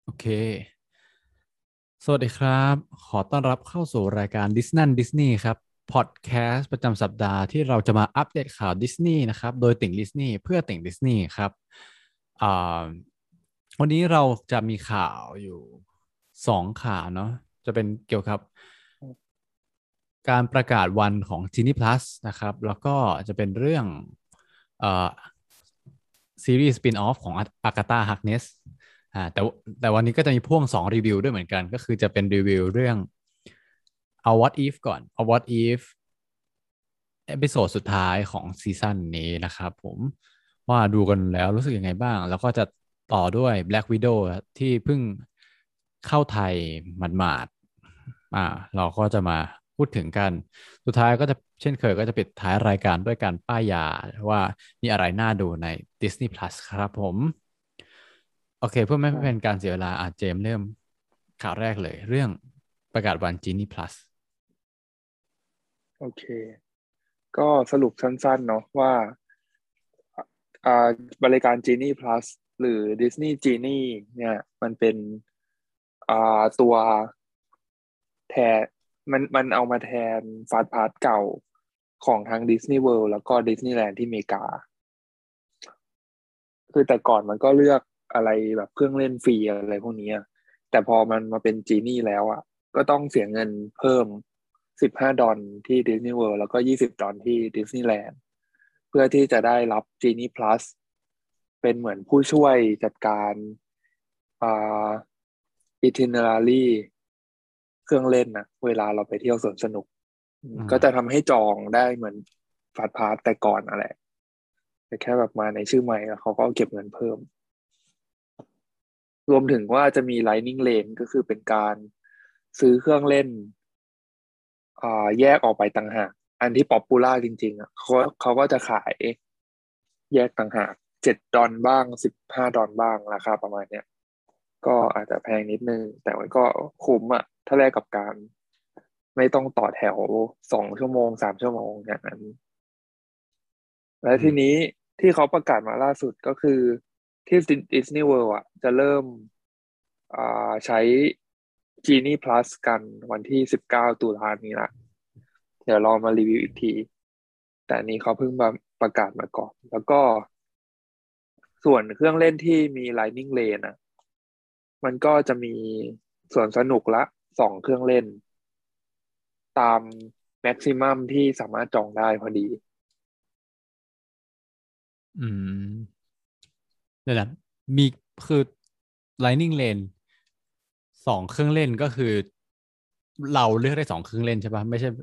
โอเค สวัสดีครับ ขอต้อนรับเข้าสู่รายการดิสนีย์ครับพอดแคสต์ประจำสัปดาห์ที่เราจะมาอัปเดตข่าวดิสนีย์นะครับ โดยติ่งดิสนีย์เพื่อติ่งดิสนีย์ครับอ่าวันนี้เราจะมีข่าวอยู่สองข่าวเนาะจะเป็นเกี่ยวกับการประกาศวันของ Genie Plus นะครับ แล้วก็จะเป็นเรื่องเอ่อซีรีส์สปินออฟของอากาตาฮ r กเนส แต่วันนี้ก็จะมีพ่วงสองรีวิวด้วยเหมือนกันก็คือจะเป็นรีวิวเรื่องเอา What If ก่อนเอา What If เอพิโซดสุดท้ายของซีซั่นนี้นะครับผมว่าดูกันแล้วรู้สึกยังไงบ้างแล้วก็จะต่อด้วย Black Widow ที่เพิ่งเข้าไทยหมาดๆเราก็จะมาพูดถึงกันสุดท้ายก็จะเช่นเคยก็จะปิดท้ายรายการด้วยการป้ายยาว่ามีอะไรน่าดูใน Disney Plus ครับผม โอเคเพื่อไม่เป็นอ่าการเสียเวลาเจมส์เริ่มข่าวแรกเลยเรื่องประกาศวันจีนี่ plus โอเคก็สรุปสั้นๆเนาะว่าอ่าบริการ Genie Plus หรือ Disney Genie เนี่ยมันเป็นตัวแทนมันเอามาแทนฟาสต์พาสเก่าของทั้ง Disney World แล้วก็ Disneyland ที่อเมริกาคือแต่ก่อนมันก็เลือกอะไรแบบเครื่องเล่นฟรีอะไรพวกนี้อะแต่พอมันมาเป็น Genie แล้วอ่ะก็ต้องเสียเงินเพิ่ม15 ดอลที่ Disney World แล้วก็20 ดอลที่ Disneyland เพื่อที่จะได้รับ Genie Plus เป็นเหมือนผู้ช่วยจัดการอ่า itinerary เครื่องเล่นนะเวลาเราไปเที่ยวสวนสนุกอืมก็จะทำให้จองได้เหมือนฟาสต์พาสแต่ก่อนอะไรแต่แค่แบบมาในชื่อใหม่แล้วเขาก็เก็บเงินเพิ่มรวมถึงว่าจะมี Lightning Lane ก็คือเป็นการซื้อเครื่องเล่นแยกออกไปต่างหากอันที่ป๊อปปูล่าจริงๆอ่ะเขาก็จะขายแยกต่างหาก7 ดอลบ้าง15 ดอลบ้างราคาประมาณเนี้ยก็อาจจะแพงนิดนึงแต่มันก็คุ้มอ่ะถ้าแลกกับการไม่ต้องต่อแถว2 ชั่วโมง3 ชั่วโมงอย่างนั้นและอืมทีนี้ที่เขาประกาศมาล่าสุดก็คือที่ดิสนีย์เวิลด์อ่ะจะเริ่มใช้ Genie Plus กันวันที่19 ตุลานี้ละเดี๋ยวรอมารีวิวอีกทีแต่อันนี้เขาเพิ่งมาประกาศมาก่อนแล้วก็ส่วนเครื่องเล่นที่มี Lightning Lane อ่ะมันก็จะมีส่วนสนุกละ2 เครื่องเล่นตามแม็กซิมัมที่สามารถจองได้พอดีอืมเดี๋ยวนะมีคือ Lightning Lane สองเครื่องเล่นก็คือเราเลือกได้สองเครื่องเล่นใช่ปะ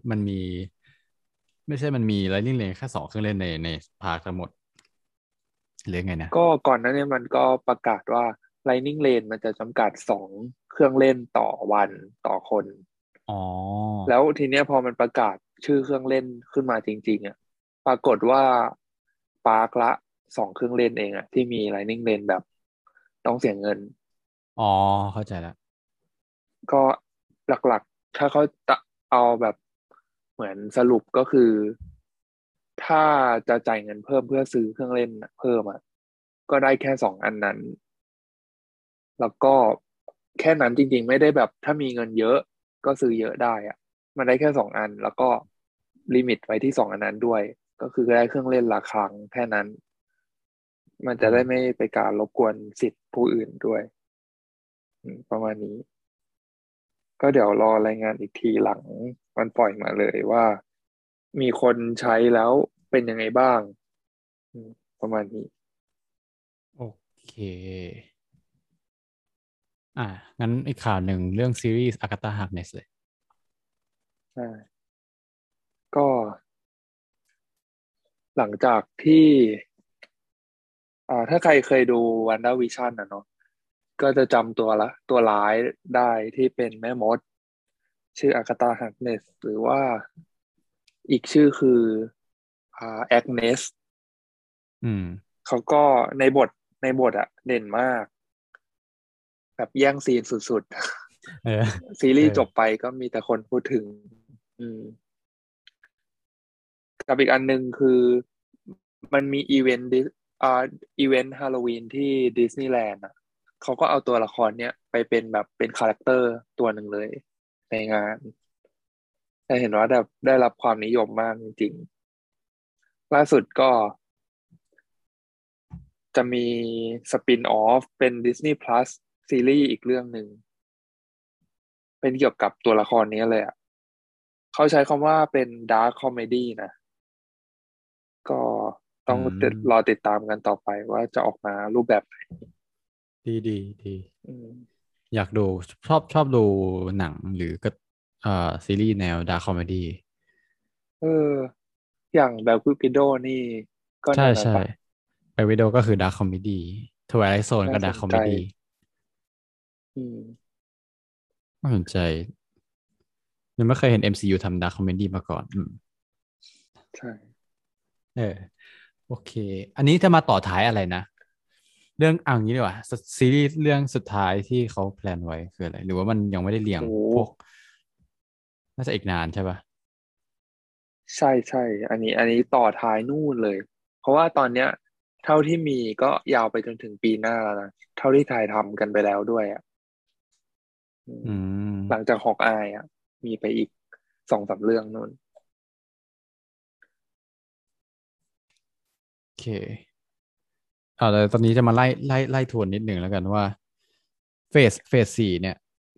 ไม่ใช่มันมี Lightning Lane แค่สองเครื่องเล่นในพาร์คทั้งหมดหรือไงนะก็ก่อนหน้านี้มันก็ประกาศว่า Lightning Lane มันจะจำกัด2 เครื่องเล่นต่อวันต่อคนอ๋อแล้วทีเนี้ยพอมันประกาศชื่อเครื่องเล่นขึ้นมาจริงๆอ่ะปรากฏว่าปาร์คละ2 เครื่องเล่นเองอ่ะที่มี Lightning Lane แบบต้องเสียเงินอ๋อเข้าใจแล้วก็หลักๆถ้าเขาจะเอาแบบเหมือนสรุปก็คือถ้าจะจ่ายเงินเพิ่มเพื่อซื้อเครื่องเล่นเพิ่มอ่ะก็ได้แค่2 อันนั้นแล้วก็แค่นั้นจริงๆไม่ได้แบบถ้ามีเงินเยอะก็ซื้อเยอะได้อ่ะมันได้แค่2 อันแล้วก็ลิมิตไว้ที่2 อันนั้นด้วยก็คือได้เครื่องเล่นละครั้งแค่นั้นมันอืมจะได้ไม่ไปการรบกวนสิทธิ์ผู้อื่นด้วยประมาณนี้ก็เดี๋ยวรอรายงานอีกทีหลังมันปล่อยมาเลยว่ามีคนใช้แล้วเป็นยังไงบ้างอืมประมาณนี้โอเค อ่างั้นอีกข่าวหนึ่งเรื่องซีรีส์อากาตาฮาร์กเนสเลยใช่ก็หลังจากที่ถ้าใครเคยดูวันด้าวิชั่นนะเนาะก็จะจำตัวร้ายได้ที่เป็นแม่มดชื่ออากาตาฮักเนสหรือว่าอีกชื่อคือแอกเนสอืมเขาก็ในบทอะเด่นมากแบบแย่งซีนสุดเออๆซีเออรีส์จบไปก็มีแต่คนพูดถึงอืม กับอีกอันหนึ่งคือมันมีอีเวนต์ฮาโลวีนที่ดิสนีย์แลนด์อ่ะเขาก็เอาตัวละครเนี้ยไปเป็นแบบเป็นคาแรคเตอร์ตัวหนึ่งเลยในงานแต่เห็นว่าแบบได้รับความนิยมมากจริงๆล่าสุดก็จะมีสปินออฟเป็น Disney Plus ซีรีส์อีกเรื่องหนึ่งเป็นเกี่ยวกับตัวละครนี้เลยอ่ะเขาใช้คำว่าเป็นดาร์ c คอมเมดี้นะก็อืต้องมรอติดตามกันต่อไปว่าจะออกมารูปแบบไหนดีดีดีอืมอยากดูชอบดูหนังหรือก็ซีรีส์แนวดาร์คคอมเมดี้เอออย่างแบบวิปิโดนี่ก็ใช่ใช่แนวนั้นปะไปวิดีโอก็คือดาร์คคอมเมดี้ทไวไลท์โซนก็ดาร์คน่าสนใจคอมเมดี้อืมน่าสนใจยังไม่เคยเห็น MCU ทำดาร์คคอมเมดี้มาก่อนใช่เออโอเคอันนี้จะมาต่อท้ายอะไรนะเรื่องอ่างนี้ดีกว่าซีรีส์เรื่องสุดท้ายที่เขาแพลนไว้คืออะไรหรือว่ามันยังไม่ได้เรียงโอ้พวกน่าจะอีกนานใช่ปะใช่ใช่อันนี้ต่อท้ายนู่นเลยเพราะว่าตอนเนี้ยเท่าที่มีก็ยาวไปจนถึงปีหน้าแล้วนะเท่าที่ถ่ายทำกันไปแล้วด้วยอ่ะอือืมหลังมจากฮอกอายอ่ะมีไปอีก2-3เรื่องนู่นโอเคแต่ตอนนี้จะมาไล่ทวนนิดหนึ่งแล้วกันว่าเฟสสี่เนี่ย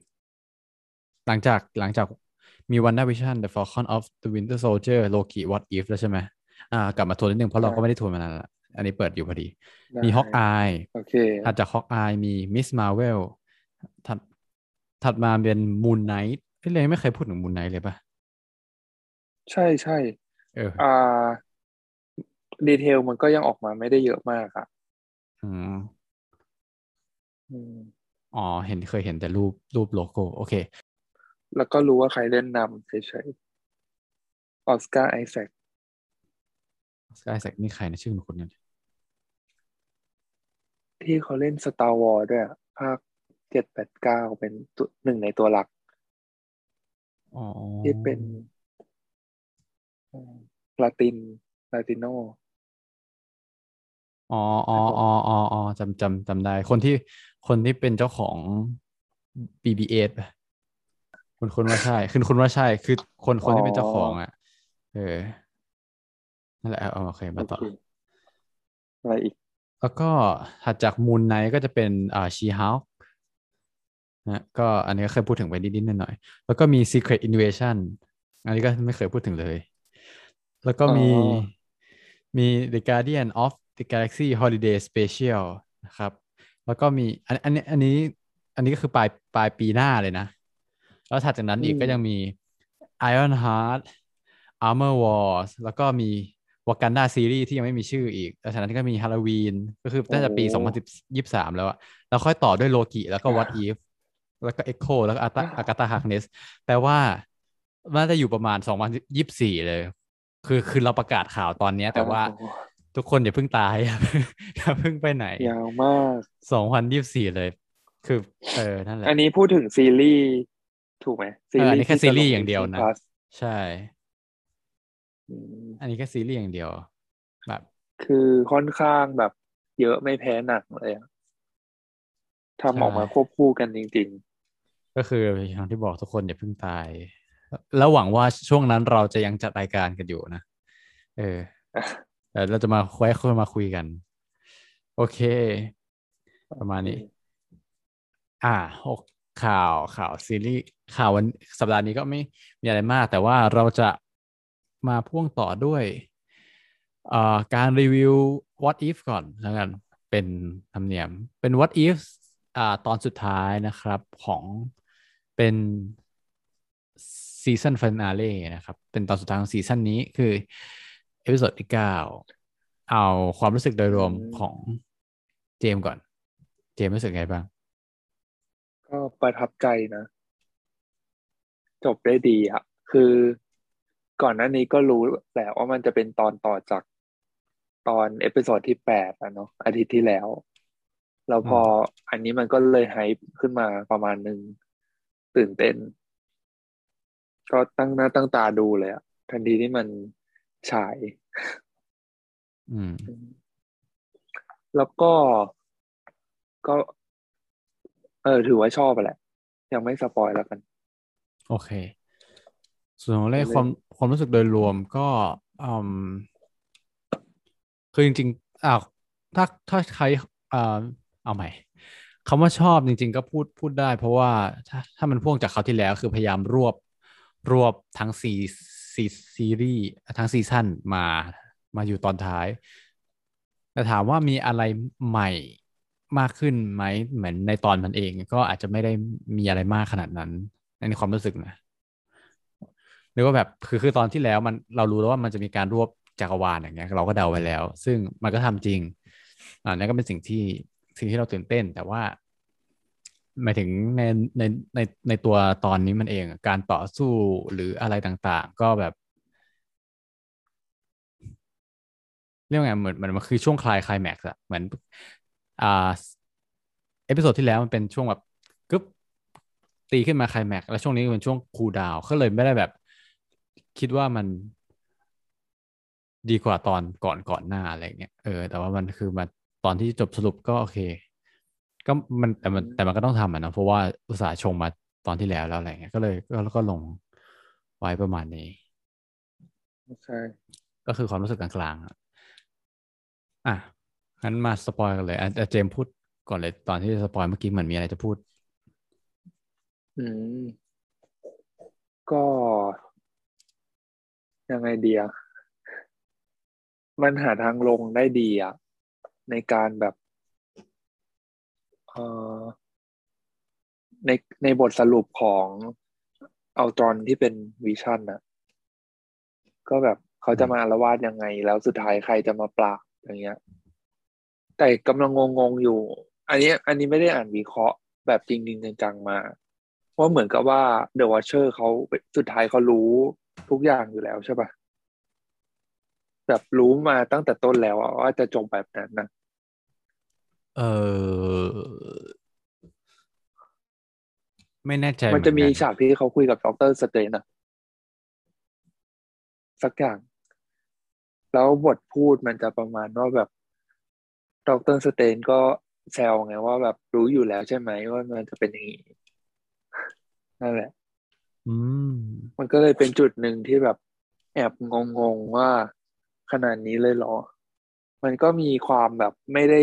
หลังจากมี WandaVision The Falcon of the Winter Soldier Loki What If แล้วใช่ไหมกลับมาทวนนิดนึงเพราะเราก็ไม่ได้อ่าทวนมานานละอันนี้เปิดอยู่พอดีได้มี Hawkeye โอเคถัดจาก Hawkeye มี Miss Marvel ถัดถัดมาเป็น Moon Knight เอ้ยเลยไม่เคยพูดถึง Moon Knight เลยป่ะใช่ใช่เอออ่าดีเทลมันก็ยังออกมาไม่ได้เยอะมากอ่ะอืมอืมอ๋อเคยเห็นแต่รูปโลโก้โอเคแล้วก็รู้ว่าใครเล่นนำเฉยๆออสการ์ไอแซคสกายแซกนี่ใครนะชื่อคุณเนี่ยที่เขาเล่นสตาร์วอ s ด้วยอะภาค7 8 9เป็นตัวหนึ่งในตัวหลักอ๋อที่เป็นลาตินลาติโนอ๋ออ๋อใช่ปะอ๋ออ๋ออ๋อจำได้คนที่เป็นเจ้าของ BB8 ป่ะ คุณว่าใช่คุณว่าใช่คือคนอ๋อที่เป็นเจ้าของอ่ะเออนั่นแหละโอเคโอเคมาต่ออะไรอีกแล้วก็ถัดจากมูนไนท์ก็จะเป็นชีฮาวนะก็อันนี้ก็เคยพูดถึงไปนิดๆหน่อยๆแล้วก็มี Secret Invasion อันนี้ก็ไม่เคยพูดถึงเลยแล้วก็อ๋อมี The Guardian of the Galaxy Holiday Special นะครับแล้วก็มีอันนี้ก็คือปลายปีหน้าเลยนะแล้วถัดจากนั้นอืมอีกก็ยังมี Iron Heart Armor Wars แล้วก็มี Wakanda Series ที่ยังไม่มีชื่ออีกแล้วจากนั้นก็มี Halloween ก็คือโอ้น่าจะปี2023แล้วอะแล้วค่อยต่อด้วยโลกิแล้วก็ What If แล้วก็ Echo แล้วก็อากาธาฮาร์กเนสแปลว่าน่าจะอยู่ประมาณ2024เลยคือเราประกาศข่าวตอนเนี้ยแต่ว่าโอ้ทุกคนอย่าเพิ่งตายอย่าเพิ่งไปไหนยาวมาก 2024เลยคือนั่นแหละอันนี้พูดถึงซีรีส์ถูกไหมซีอันรีส์ที่จะลงนี้แค่ซีรีส์อย่างเดียว Disney นะ Plus ใช่อือันนี้มแค่ซีรีส์อย่างเดียวแบบคือค่อนข้างแบบเยอะไม่แพ้หนังเลยอะใช่ทำออกมาควบคู่กันจริงก็คืออย่างที่บอกทุกคนอย่าเพิ่งตายแล้วหวังว่าช่วงนั้นเราจะยังจัดรายการกันอยู่นะเออๆอ่ะแต่เราจะมาคุยกันโอเคโอประมาณเคนี้ อ่าหกข่าวซีรีส์ข่าววันสัปดาห์นี้ก็ไม่มีอะไรมากแต่ว่าเราจะมาพ่วงต่อด้วยการรีวิว What If ก่อนแล้วกันเป็นธรรมเนียมเป็น What If ตอนสุดท้ายนะครับของเป็นซีซันฟินาเล่นะครับเป็นตอนสุดท้ายของซีซั่นนี้คือเอพิโซดที่9เอาความรู้สึกโดยอืรวมของมเจมส์ก่อนเจมส์รู้สึกไงบ้างก็ประทับใจนะ จบได้ดีอ่ะคือก่อนหน้านี้ก็รู้แหละว่ามันจะเป็นตอนต่อจากตอนเอพิโซดที่8อะเนาะอาทิตย์ที่แล้วแล้วพออืมอันนี้มันก็เลยไฮป์ขึ้นมาประมาณหนึ่งตื่นเต้นก็ตั้งหน้าตั้งตาดูเลยอะทันทีที่มันฉายอืมอืมแล้วก็ก็ถือว่าชอบไปแหละยังไม่สปอยแล้วกันโอเคส่วนของเลจะเล่นขความรู้สึกโดยรวมก็อืมคือจริงๆถ้าใครอ่าเอาใหม่คำว่าชอบจริงๆก็พูดได้เพราะว่าถ้ามันพ่วงจากคราวที่แล้วคือพยายามรวบทั้งซีซีรีส์ทั้งซีซั่นมาอยู่ตอนท้ายแต่ถามว่ามีอะไรใหม่มากขึ้นไหมเหมือนในตอนมันเองก็อาจจะไม่ได้มีอะไรมากขนาดนั้นในความรู้สึกนะ หรือว่าแบบคือตอนที่แล้วเรารู้แล้วว่ามันจะมีการรวบจักรวาลอย่างเงี้ยเราก็เดาไว้แล้วซึ่งมันก็ทำจริงนั่นก็เป็นสิ่งที่เราตื่นเต้นแต่ว่าหมายถึงในในในตัวตอนนี้มันเองการต่อสู้หรืออะไรต่างๆก็แบบเรียกว่าไงเหมือนมันคือช่วงคลายแม็กซ์อะเหมือนอ่าเอพิโซดที่แล้วมันเป็นช่วงแบบกึ๊บตีขึ้นมาไคลแม็กซ์แล้วช่วงนี้เป็นช่วงคูลดาวน์ก็เลยไม่ได้แบบคิดว่ามัน ดีกว่าตอนก่อนหน้าอะไรเงี้ยแต่ว่ามันคือมาตอนที่จบสรุปก็โอเคก็มันแต่อืมันแต่มันมก็ต้องทำอ่ะนะเพราะว่าอุตส่าห์ชงมาตอนที่แล้วอะไรเงี้ยก็เลยก็ลงไว้ประมาณนี้ใช่ก็คือความรู้สึกกลางๆอ่ะงั้นมาสปอยกันเลยเจมส์พูดก่อนเลยตอนที่สปอยเมื่อกี้เหมือนมีอะไรจะพูดอืมก็ยังไงดีอะมันหาทางลงได้ดีอะในการแบบเอ่อในในบทสรุปของเอาตอนที่เป็นวิชั่นอะก็แบบเขาอืมจะมาอาละวาดยังไงแล้วสุดท้ายใครจะมาปราบอย่างเงี้ยแต่กำลังงงๆอยู่อันนี้ไม่ได้อ่านวิเคราะห์แบบจริงๆจังๆมาว่าเหมือนกับว่าเดอะว t เชอร์เขาสุดท้ายเขารู้ทุกอย่างอยู่แล้วใช่ปะแบบรู้มาตั้งแต่ต้นแล้วอะว่าจะจบแบบนั้นนะเออไม่แน่ใจมันจะมีเหมือนกันฉากที่เขาคุยกับด็อกเตอร์สเตรนอะสักอย่างแล้วบทพูดมันจะประมาณว่าแบบด็อกเตอร์สเตนก็แซวไงว่าแบบรู้อยู่แล้วใช่ไหมว่ามันจะเป็นอย่างนี้นั่นแหละอืมมันก็เลยเป็นจุดหนึ่งที่แบบแอบงงๆว่าขนาดนี้เลยเหรอมันก็มีความแบบไม่ได้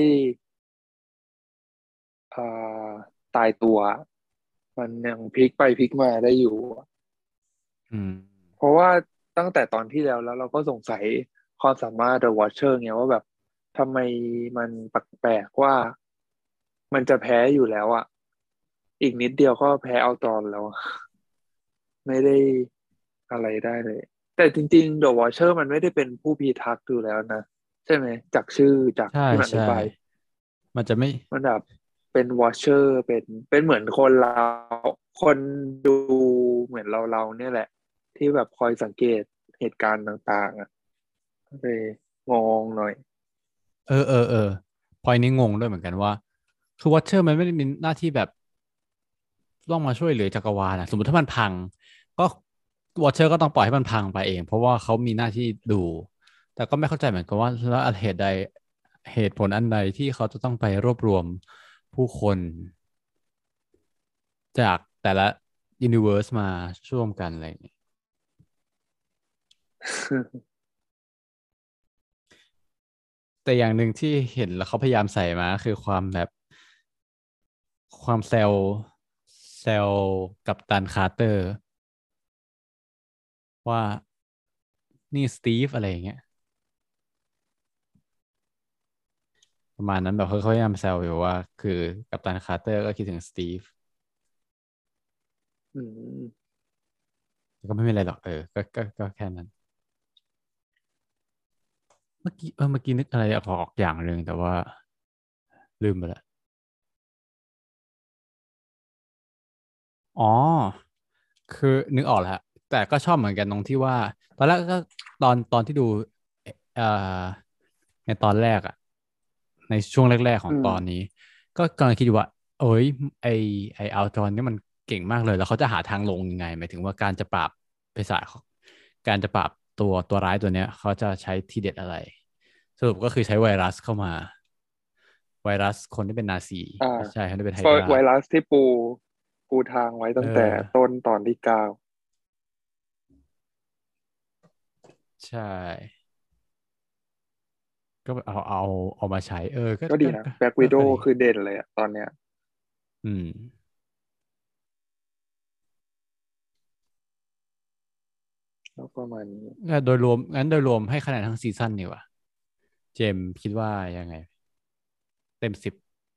เอ่ตายตัวมันยังพลิกไปพลิกมาได้อยู่อืมเพราะว่าตั้งแต่ตอนที่แล้วเราก็สงสัยความสามารถ The Watcher ไงว่าแบบทำไมมันแปลกๆว่ามันจะแพ้อยู่แล้วอ่ะอีกนิดเดียวก็แพ้เอาตอนแล้วอะ ไม่ได้อะไรได้เลยแต่จริงๆ The Watcher มันไม่ได้เป็นผู้พิทักษ์อยู่แล้วนะใช่ไหมจากชื่อจากใช่ที่มันอใช่ธิบายมันจะไม่มันแบบเป็น Watcher เป็นเหมือนคนเราคนดูเหมือนเราเนี่ยแหละที่แบบคอยสังเกตเหตุการณ์ต่างๆอ่ะก็เลยงงหน่อยเออพอยนี้งงด้วยเหมือนกันว่าคือวอ t เชอร์มันไม่ได้มีหน้าที่แบบต้องมาช่วยเหลือจักรวาลนะสมมติถ้ามันพังก็วอ t เชอร์ก็ต้องปล่อยให้มันพังไปเองเพราะว่าเขามีหน้าที่ดูแต่ก็ไม่เข้าใจเหมือนกันว่าแล้วเหตุผลอันใดที่เขาจะต้องไปรวบรวมผู้คนจากแต่ละยูนิเวอร์สมาร่วมกันอะไรอย่างเงี้ย แต่อย่างหนึ่งที่เห็นแล้วเขาพยายามใส่มาคือความแซวกับตันคาร์เตอร์ว่านี่สตีฟอะไรอย่างเงี้ยประมาณนั้นแบบเขาพยายามแซวอยู่ว่าคือกัปตันคาร์เตอร์ก็คิดถึงสตีฟอืมก็ไม่มีอะไรหรอกก็แค่นั้นเมื่อกี้นึกอะไรออกอย่างหนึ่งแต่ว่าลืมไปละอ๋อคือนึกออกแล้วแต่ก็ชอบเหมือนกันตรงที่ว่าตอนแรกก็ตอนที่ดูเอ่อในตอนแรกอะในช่วงแรกๆของอืมตอนนี้ก็กำลังคิดอยู่ว่าเอ้ยไอไออัลตรอนนี่มันเก่งมากเลยแล้วเขาจะหาทางลงยังไงหมายถึงว่าการจะปราบปีศาจการจะปราบตัวร้ายตัวเนี้ยเขาจะใช้ทีเด็ดอะไรสรุปก็คือใช้ไวรัสเข้ามาไวรัสคนที่เป็นนาซีอ่าไม่ใช่คนที่เป็นไฮดราไวรัสที่ปูทางไว้เอตั้งแต่อต้นตอนที่9 ใช่ก็เอามาใช้ก็ก็ดีนะแบ็กวิดโอก็ดีคือเด่นเลยอะตอนเนี้ยอืมแล้วประมาณนี้โดยรวมให้คะแนนทั้งซีซั่นนี่วะเจมส์คิดว่ายังไงเต็ม 10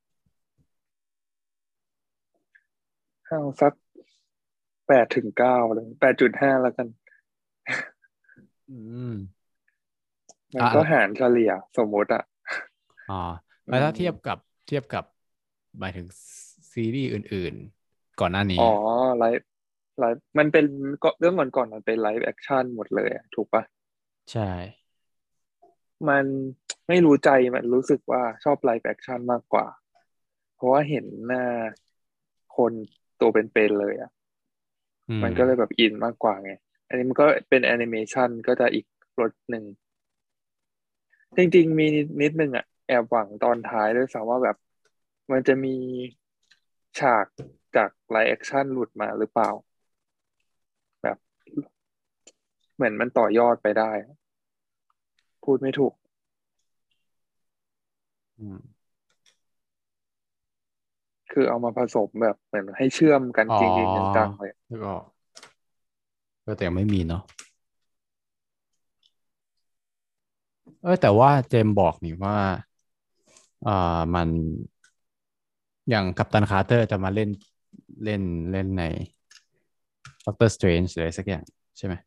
เอาสัก8 ถึง 9เลย8.5แล้วกันอืมมันก็หาอ่ะรเฉลี่ยสมมติอะอ๋ออืแล้วถ้าเทียบมกับเทียบกับหมายถึงซีรีส์อื่นๆก่อนหน้านี้อ๋อไลฟ์มันเป็นก็เรื่องก่อนๆมันเป็นไลฟ์แอคชั่นหมดเลยอะถูกปะใช่มันไม่รู้ใจมันรู้สึกว่าชอบไลฟ์แอคชั่นมากกว่าเพราะว่าเห็นหน้าคนตัวเป็นๆเลยอ่ะอืมมันก็เลยแบบอินมากกว่าไงอันนี้มันก็เป็นแอนิเมชันก็จะอีกรสหนึ่งจริงๆมีนิดนึงอ่ะแอบหวังตอนท้ายด้วยซ้ำว่าแบบมันจะมีฉากจากไลฟ์แอคชั่นหลุดมาหรือเปล่าแบบเหมือนมันต่อยอดไปได้พูดไม่ถูกอืมคือเอามาผสมแบบเหมือนให้เชื่อมกันอ๋อจริงๆจังๆเลยแล้วก็แต่ยังไม่มีเนาะแต่ว่าเจมส์บอกนี่ว่ามันอย่างกัปตันคาร์เตอร์จะมาเล่นเล่นในด็อกเตอร์สเตรนจ์เลยสักอย่างใช่ไหม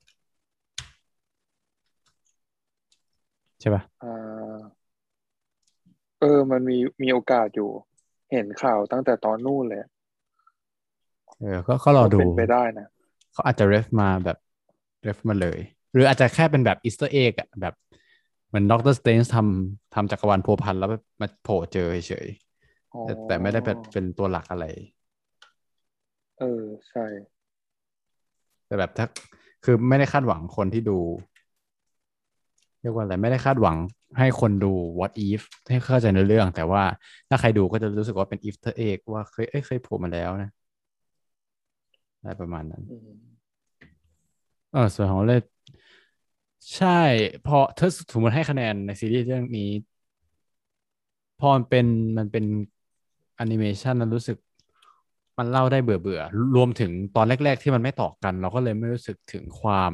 ใช่ป่ะอ่ามันมีโอกาสอยู่เห็นข่าวตั้งแต่ตอนนู่นเลยก็รอดูว่าเป็นไปได้นะเขาอาจจะเรฟมาแบบเรฟมาเลยหรืออาจจะแค่เป็นแบบอีสเตอร์เอ็กอะแบบเหมือนด็อกเตอร์สเตรนจ์ทำจักรวาลพัวพันแล้วมาโผล่เจอเฉยอ๋อๆแต่ไม่ได้แบบเป็นตัวหลักอะไรเออใช่แต่แบบถ้าคือไม่ได้คาดหวังคนที่ดูเรียกว่าอะไรไม่ได้คาดหวังให้คนดู what if ให้เข้าใจในเรื่องแต่ว่าถ้าใครดูก็จะรู้สึกว่าเป็น Easter egg ว่าเคยโผล่มาแล้วนะอะไรประมาณนั้นอืมส่วนของเลดใช่พอถ้าสมมติให้คะแนนในซีรีส์เรื่องนี้พอมันเป็นแอนิเมชันนั้นรู้สึกมันเล่าได้เบื่อรวมถึงตอนแรกๆที่มันไม่ต่อกันเราก็เลยไม่รู้สึกถึง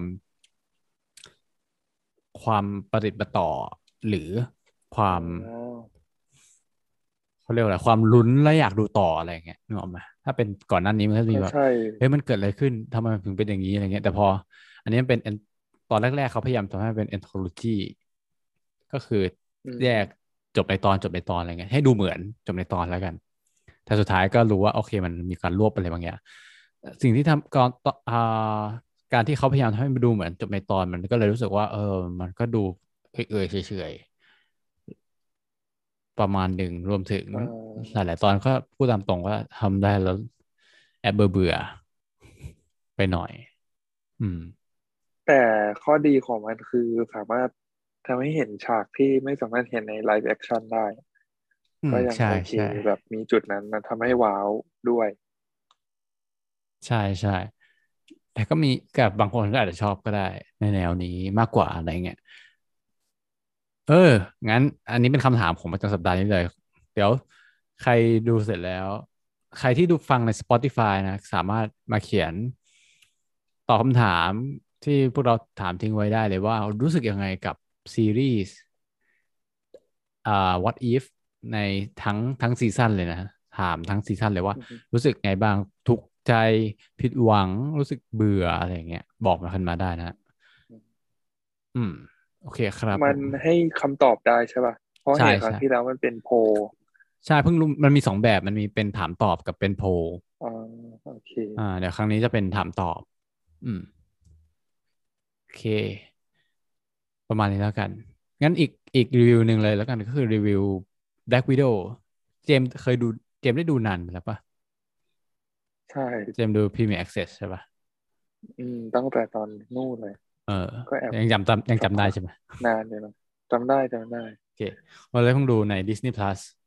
ความประติดประต่อหรือความอ๋อเขาเรียกว่าอะไรความลุ้นและอยากดูต่ออะไรอย่างเงี้ยนึกออกไหมถ้าเป็นก่อนหน้านี้มันก็จะมีแบบก็ใช่เฮ้ยมันเกิดอะไรขึ้นทำไมมันถึงเป็นอย่างนี้อะไรเงี้ยแต่พออันนี้มันเป็น ตอนแรกๆเขาพยายามทำให้มันเป็น anthology ก็คืออืแยกมจบในตอนอะไรเงี้ยให้ดูเหมือนจบในตอนแล้วกันแต่สุดท้ายก็รู้ว่าโอเคมันมีการรวบอะไรบางอย่างสิ่งที่ทำก่อนการที่เขาพยายามทำให้มันดูเหมือนจบในตอนมันก็เลยรู้สึกว่ามันก็ดูเฉยๆประมาณหนึ่งรวมถึงอ่หาลายๆตอนก็พูดตามตรงว่าทำได้แล้วแอบเบื่อไปหน่อยอืมแต่ข้อดีของมันคือสามารถทำให้เห็นฉากที่ไม่สามารถเห็นในไลฟ์แอคชั่นได้ก็ยังใช่โอเคใช่แบบมีจุดนั้นมันทำให้ว้าวด้วยใช่ใช่ แต่ก็มีกับบางคนก็อาจจะชอบก็ได้ในแนวนี้มากกว่าอะไรเงี้ยเอองั้นอันนี้เป็นคำถามของประจำสัปดาห์นี้เลยเดี๋ยวใครดูเสร็จแล้วใครที่ดูฟังใน Spotify นะสามารถมาเขียนตอบคำถามที่พวกเราถามทิ้งไว้ได้เลยว่ารู้สึกยังไงกับซีรีส์What If ในทั้งซีซั่นเลยนะถามทั้งซีซั่นเลยว่าอือฮึรู้สึกไงบ้างทุกข์ใจผิดหวังรู้สึกเบื่ออะไรอย่างเงี้ยบอกมาขึ้นมาได้นะ อืมโอเคครับมันผมให้คำตอบได้ใช่ป่ะเพราะใช่เห็นครั้งใช่ที่แล้วมันเป็นโพลใช่เพิ่งรู้มันมี2 แบบมันมีเป็นถามตอบกับเป็นโพลอ่าโอเคเดี๋ยวครั้งนี้จะเป็นถามตอบอืมโอเคประมาณนี้แล้วกันงั้นอีกรีวิวหนึ่งเลยแล้วกันก็คือรีวิว Black Widow เจมส์เคยดูเจมส์ได้ดูนานไปแล้วปะใช่เจมส์ดู Premier Access ใช่ปะตั้งแต่ตอนนู่นเลยเออก็แอบยังสักพักจำได้ใช่ไหมนานเลยนะจำได้โอเคเราเลยเพิ่งดูใน Disney Plus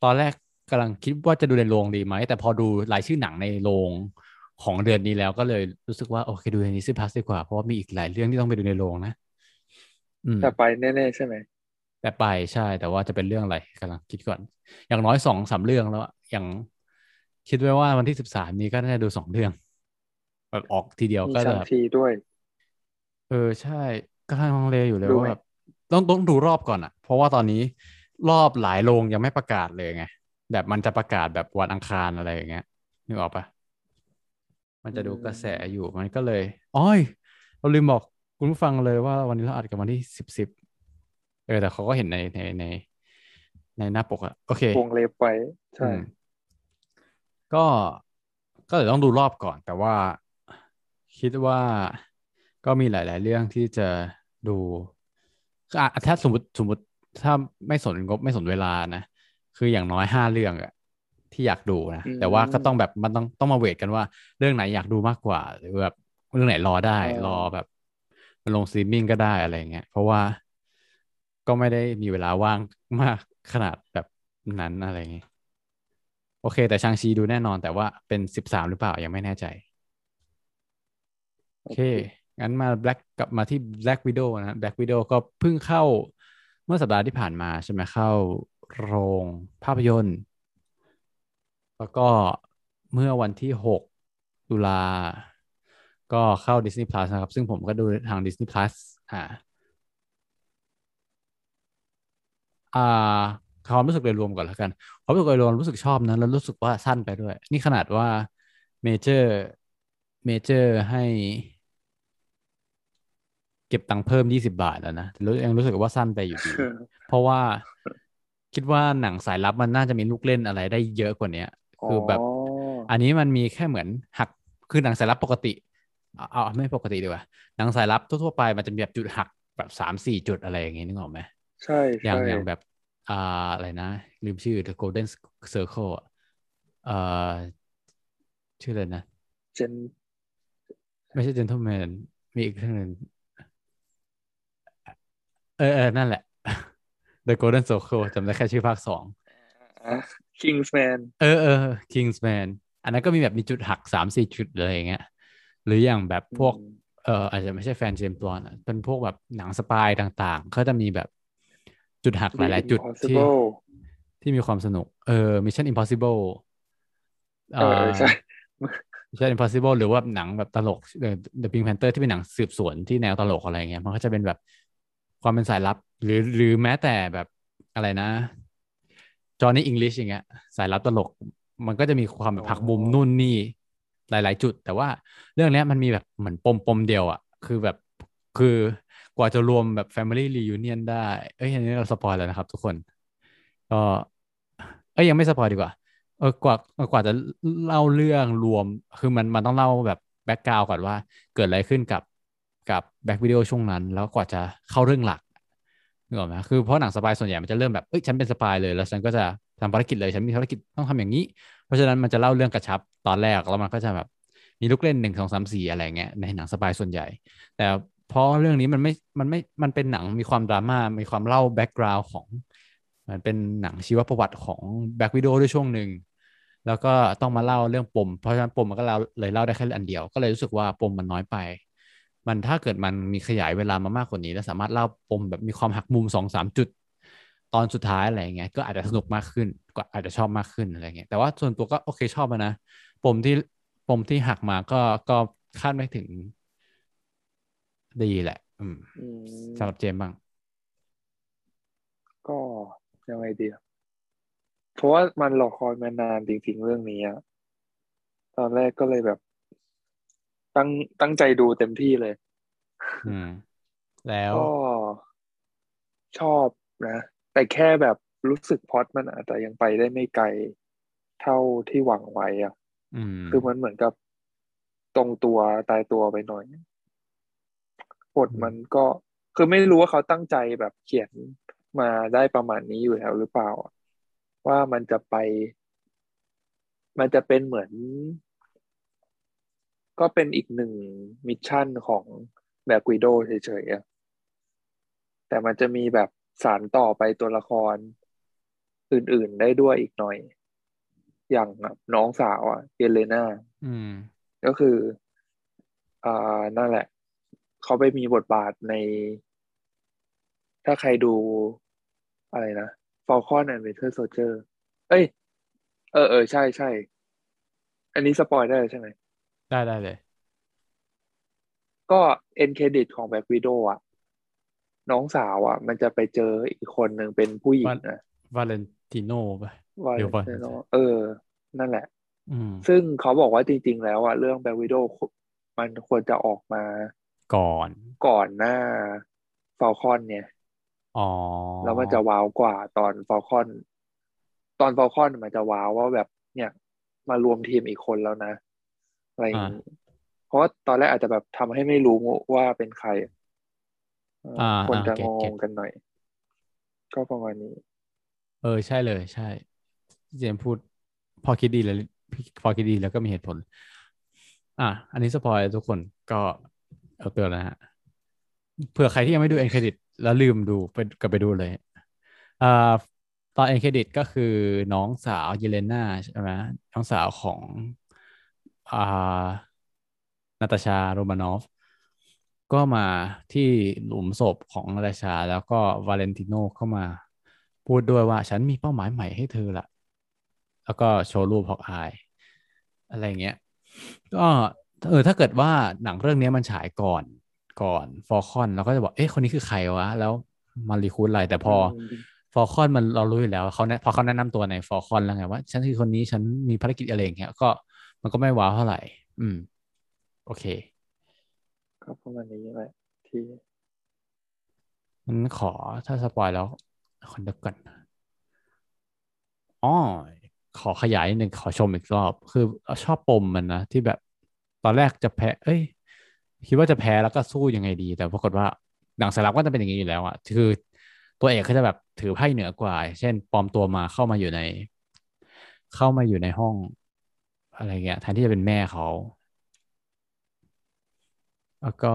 อนแรกกำลังคิดว่าจะดูในโรงดีไหมแต่พอดูรายชื่อหนังในโรงของเดือนนี้แล้วก็เลยรู้สึกว่าโอเคดูใน Disney Plus ดีกว่าเพราะว่ามีอีกหลายเรื่องที่ต้องไปดูในโรงนะอืมแต่ไปแน่ๆใช่ไหมแต่ไปใช่แต่ว่าจะเป็นเรื่องอะไรกำลังคิดก่อนอย่างน้อยสองสามเรื่องแล้วอะอย่างคิดไว้ว่าวันที่13นี้ก็น่าจะดู2 เรื่องแบบออกทีเดียวมีชังก็จะแบบชีด้วยใช่กำลังลังเลอยู่เลยดูไหมว่าแบบต้องดูรอบก่อนอะเพราะว่าตอนนี้รอบหลายโรงยังไม่ประกาศเลยไงแบบมันจะประกาศแบบวันอังคารอะไรอย่างเงี้ยนึกออกปะ มันอืจะดูกระแสอยู่มมันก็เลยอ้อยเราลืมบอกคุณผู้ฟังเลยว่าวันนี้เราอัดกันวันที่10แต่เขาก็เห็นในหน้าปกอะโอเควงเล็บไว้ใช่อืมก็ก็เดี๋ยวต้องดูรอบก่อนแต่ว่าคิดว่าก็มีหลายๆเรื่องที่จะดูคือถ้าสมมติถ้าไม่สนงบไม่สนเวลานะคืออย่างน้อย5 เรื่องอะที่อยากดูนะอืแต่ว่าก็ต้องแบบมมันต้องมาเวทกันว่าเรื่องไหนอยากดูมากกว่าหรือแบบเรื่องไหนรอได้อ่รอแบบามันลงสตรีมมิ่งก็ได้อะไรเงี้ยเพราะว่าก็ไม่ได้มีเวลาว่างมากขนาดแบบนั้นอะไรเงี้ย โอเคแต่ชางชีดูแน่นอนแต่ว่าเป็น13หรือเปล่ายังไม่แน่ใจโอเคโอเคงั้นมา Black กลับมาที่ Black Widow นะ Black Widow ก็เพิ่งเข้าเมื่อสัปดาห์ที่ผ่านมาใช่ไหมเข้าโรงภาพยนตร์แล้วก็เมื่อวันที่6 ตุลาก็เข้า Disney Plus นะครับซึ่งผมก็ดูทาง Disney Plus อ่าอ่าความรู้สึกโดยรวมก่อนแล้วกันความรู้สึกโดยรวมรู้สึกชอบนะแล้วรู้สึกว่าสั้นไปด้วยนี่ขนาดว่าเมเจอร์เมเจอร์ให้ เก็บตังค์เพิ่ม20 บาทแล้วนะแต่ยังรู้สึกว่าสั้นไปอยู่ดีเพราะว่าคิดว่าหนังสายลับมันน่าจะมีลูกเล่นอะไรได้เยอะกว่าเนี้ยอ๋อคือแบบอันนี้มันมีแค่เหมือนหักคือหนังสายลับปกติเอาไม่ปกติดีกว่าหนังสายลับทั่วๆไปมันจะมีแบบจุดหักแบบ3-4 จุดอะไรอย่างงี้นึกออกไหมใช่อย่างใช่อย่างแบบอ่าอะไรนะลืมชื่อ The Golden Circle อะเอ่อชื่ออะไรนะเจนไม่ใช่ Gentleman มีอีกเรื่องหนึ่ง นั่นแหละ The Golden Circle จำได้แค่ชื่อภาค 2 อ่ะ Kingsman Kingsman อันนั้นก็มีแบบมีจุดหัก3-4 จุดอะไรอย่างเงี้ยหรืออย่างแบบอืพวกมอาจจะไม่ใช่แฟนเจมส์บอนด์อะเป็นพวกแบบหนังสปายต่างๆก็จะมีแบบจุดหักห The ลายๆจุดที่ Impossible ที่มีความสนุกMission Impossible อ่ใช่า Mission Impossible หรือว่าหนังแบบตลกThe Pink Panther ที่เป็นหนังสืบสวนที่แนวตลกอะไรเงี้ยมันก็จะเป็นแบบความเป็นสายลับหรือแม้แต่แบบอะไรนะจอห์นนี่อังกฤษอย่างเงี้ยสายลับตลกมันก็จะมีความแบอ๋อบหักมุมนู่นนี่หลายๆจุดแต่ว่าเรื่องเนี้ยมันมีแบบเหมือนปมเดียวอ่ะคือแบบคือกว่าจะรวมแบบ Family Reunion ได้อันนี้เราสปอยแล้วนะครับทุกคนก็ยังไม่สปอยดีกว่า กว่าจะเล่าเรื่องรวมคือมันต้องเล่าแบบแบ็กกราว n ์ก่อนว่าเกิดอะไรขึ้นกับแบ็กวิดีโอช่วงนั้นแล้วกว่าจะเข้าเรื่องหลักนึกออกไหมคือเพราะหนังสปายส่วนใหญ่มันจะเริ่มแบบฉันเป็นสปายเลยแล้วฉันก็จะทำภารกิจเลยฉันมีภารกิจต้องทำอย่างนี้เพราะฉะนั้นมันจะเล่าเรื่องกระชับตอนแรกแล้วมันก็จะแบบมีลูกเล่น1 2 3 4อะไรเงี้ยในหนังสปายส่วนใหญ่แต่เพราะเรื่องนี้มันเป็นหนังมีความดราม่ามีความเล่าแบ็กกราว n ์ของมันเป็นหนังชีวประวัติของแบ็กวิดีโอด้วยช่วงหนึ่ง แล้วก็ต้องมาเล่าเรื่องปมเพราะฉะนั้นปมมันก็เล่าได้แค่อันเดียวก็เลยรู้สึกว่าปมมันน้อยไปมันถ้าเกิดมันมีขยายเวลามามากกว่านี้แล้วสามารถเล่าปมแบบมีความหักมุม2-3 จุดตอนสุดท้ายอะไรเงี้ยก็อาจจะสนุกมากขึ้นก็อาจจะชอบมากขึ้นอะไรเงี้ยแต่ว่าส่วนตัวก็โอเคชอบนะปมที่ปมที่หักมาก็คาดไม่ถึงดีแหละอืสำหรับเจมมส์บ้างก็ยังไงดีอะเพราะว่ามันรอคอยมานานจริงๆเรื่องนี้อะตอนแรกก็เลยแบบตั้งตั้งใจดูเต็มที่เลยอืมแล้วก็ชอบนะแต่แค่แบบรู้สึกพล็อตมันอาจจะยังไปได้ไม่ไกลเท่าที่หวังไว้อะอืมคือมันเหมือนกับตรงตัวตายตัวไปหน่อย บทอืมมันก็คือไม่รู้ว่าเขาตั้งใจแบบเขียนมาได้ประมาณนี้อยู่แล้วหรือเปล่าอะว่ามันจะเป็นเหมือนก็เป็นอีกหนึ่งมิชชั่นของแบล็กวิโดว์เฉยๆอะแต่มันจะมีแบบสานต่อไปตัวละครอื่นๆได้ด้วยอีกหน่อยอย่างน้องสาวเยเลนาอืมก็คืออ่านั่นแหละเขาไปมีบทบาทในถ้าใครดูอะไรนะ Falcon and Winter Soldier เอ้ยใช่ใช่อันนี้สปอยได้เลยใช่ไหมได้เลยก็เอ็นเครดิตของแบ็ k ว i โดน้องสาวมันจะไปเจออีกคนหนึ่งเป็นผู้หญิวางนะวาเลนติโนป่ะวาเลเดี๋ยวก่อนนเตโนนั่นแหละอืมซึ่งเขาบอกว่าจริงๆแล้วเรื่องแบ็ k ว i โดมันควรจะออกมาก่อนก่อนหน้าฟ a ลคอนเนี่ยอ๋อแล้วมันจะว้าวกว่าตอนฟ a ลคอนมันจะว้าวว่าแบบเนี่ยมารวมทีมอีกคนแล้วนะอะไรอย่างนี้อ่าเพราะว่าตอนแรกอาจจะแบบทำให้ไม่รู้ว่าเป็นใครคนจะงเก็ตงกันหน่อยก็ประมาณนี้ใช่เลยใช่เจมส์พูดพอคิดดีเลยพอคิดดีแล้วก็มีเหตุผลอ่ะอันนี้สปอยทุกคนก็เอาเตือนแล้วฮะเผื่อใครที่ยังไม่ดูเอ็นเครดิตแล้วลืมดูไปกลับไปดูเลยอ่าตอนเอ็นเครดิตก็คือน้องสาวเยเลนาใช่ไหมน้องสาวของอ่านาตาชาโรมานอฟก็มาที่หลุมศพของนาตาชาแล้วก็วาเลนติโนเข้ามาพูดด้วยว่าฉันมีเป้าหมายใหม่ให้เธอละแล้วก็โชว์รูปฮอกอายอะไรเงี้ยก็ถ้าเกิดว่าหนังเรื่องนี้มันฉายก่อนฟอลคอนเราก็จะบอกเอ๊ะคนนี้คือใครวะแล้วมันรีคูดอะไรแต่พอือมฟอลคอนมันเรารู้อยู่แล้วพอเขาแนะนำตัวในฟอลคอนแล้วไงว่าฉันคือคนนี้ฉันมีภารกิจอะไรอย่างเงี้ยก็มันก็ไม่ว้าวเท่าไหร่อืมโอเคก็ประมาณนี้แหละที่งั้นขอถ้าสปอยแล้วขอเดี๋ยวก่อนอ๋อขอขยายนิดนึงขอชมอีกรอบคือชอบปมมันนะที่แบบตอนแรกจะแพ้คิดว่าจะแพ้แล้วก็สู้ยังไงดีแต่ปรากฏว่าหนังสายลับก็จะเป็นอย่างนี้อยู่แล้วอ่ะคือตัวเอกเขาจะแบบถือไพ่เหนือกว่าเช่นปลอมตัวมาเข้ามาอยู่ในห้องอะไรเงี้ยแทนที่จะเป็นแม่เขาแล้วก็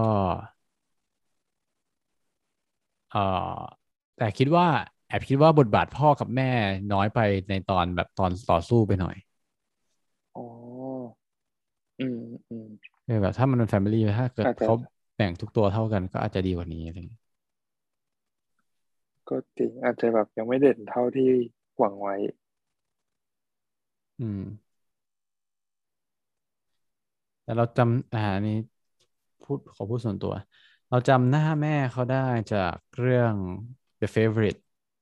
เออแต่แอบคิดว่าบทบาทพ่อกับแม่น้อยไปในตอนแบบตอนต่อสู้ไปหน่อยอ๋ออืมอืมแบบถ้ามันเป็นแฟมิลี่ถ้าเกิดอาจจะเขาแบ่งทุกตัวเท่ากันก็อาจจะดีกว่านี้อะไรเงี้ยก็จริงอาจจะแบบยังไม่เด่นเท่าที่หวังไว้อืมแต่เราจำนี้ขอพูดส่วนตัวเราจำหน้าแม่เขาได้จากเรื่อง The Favorite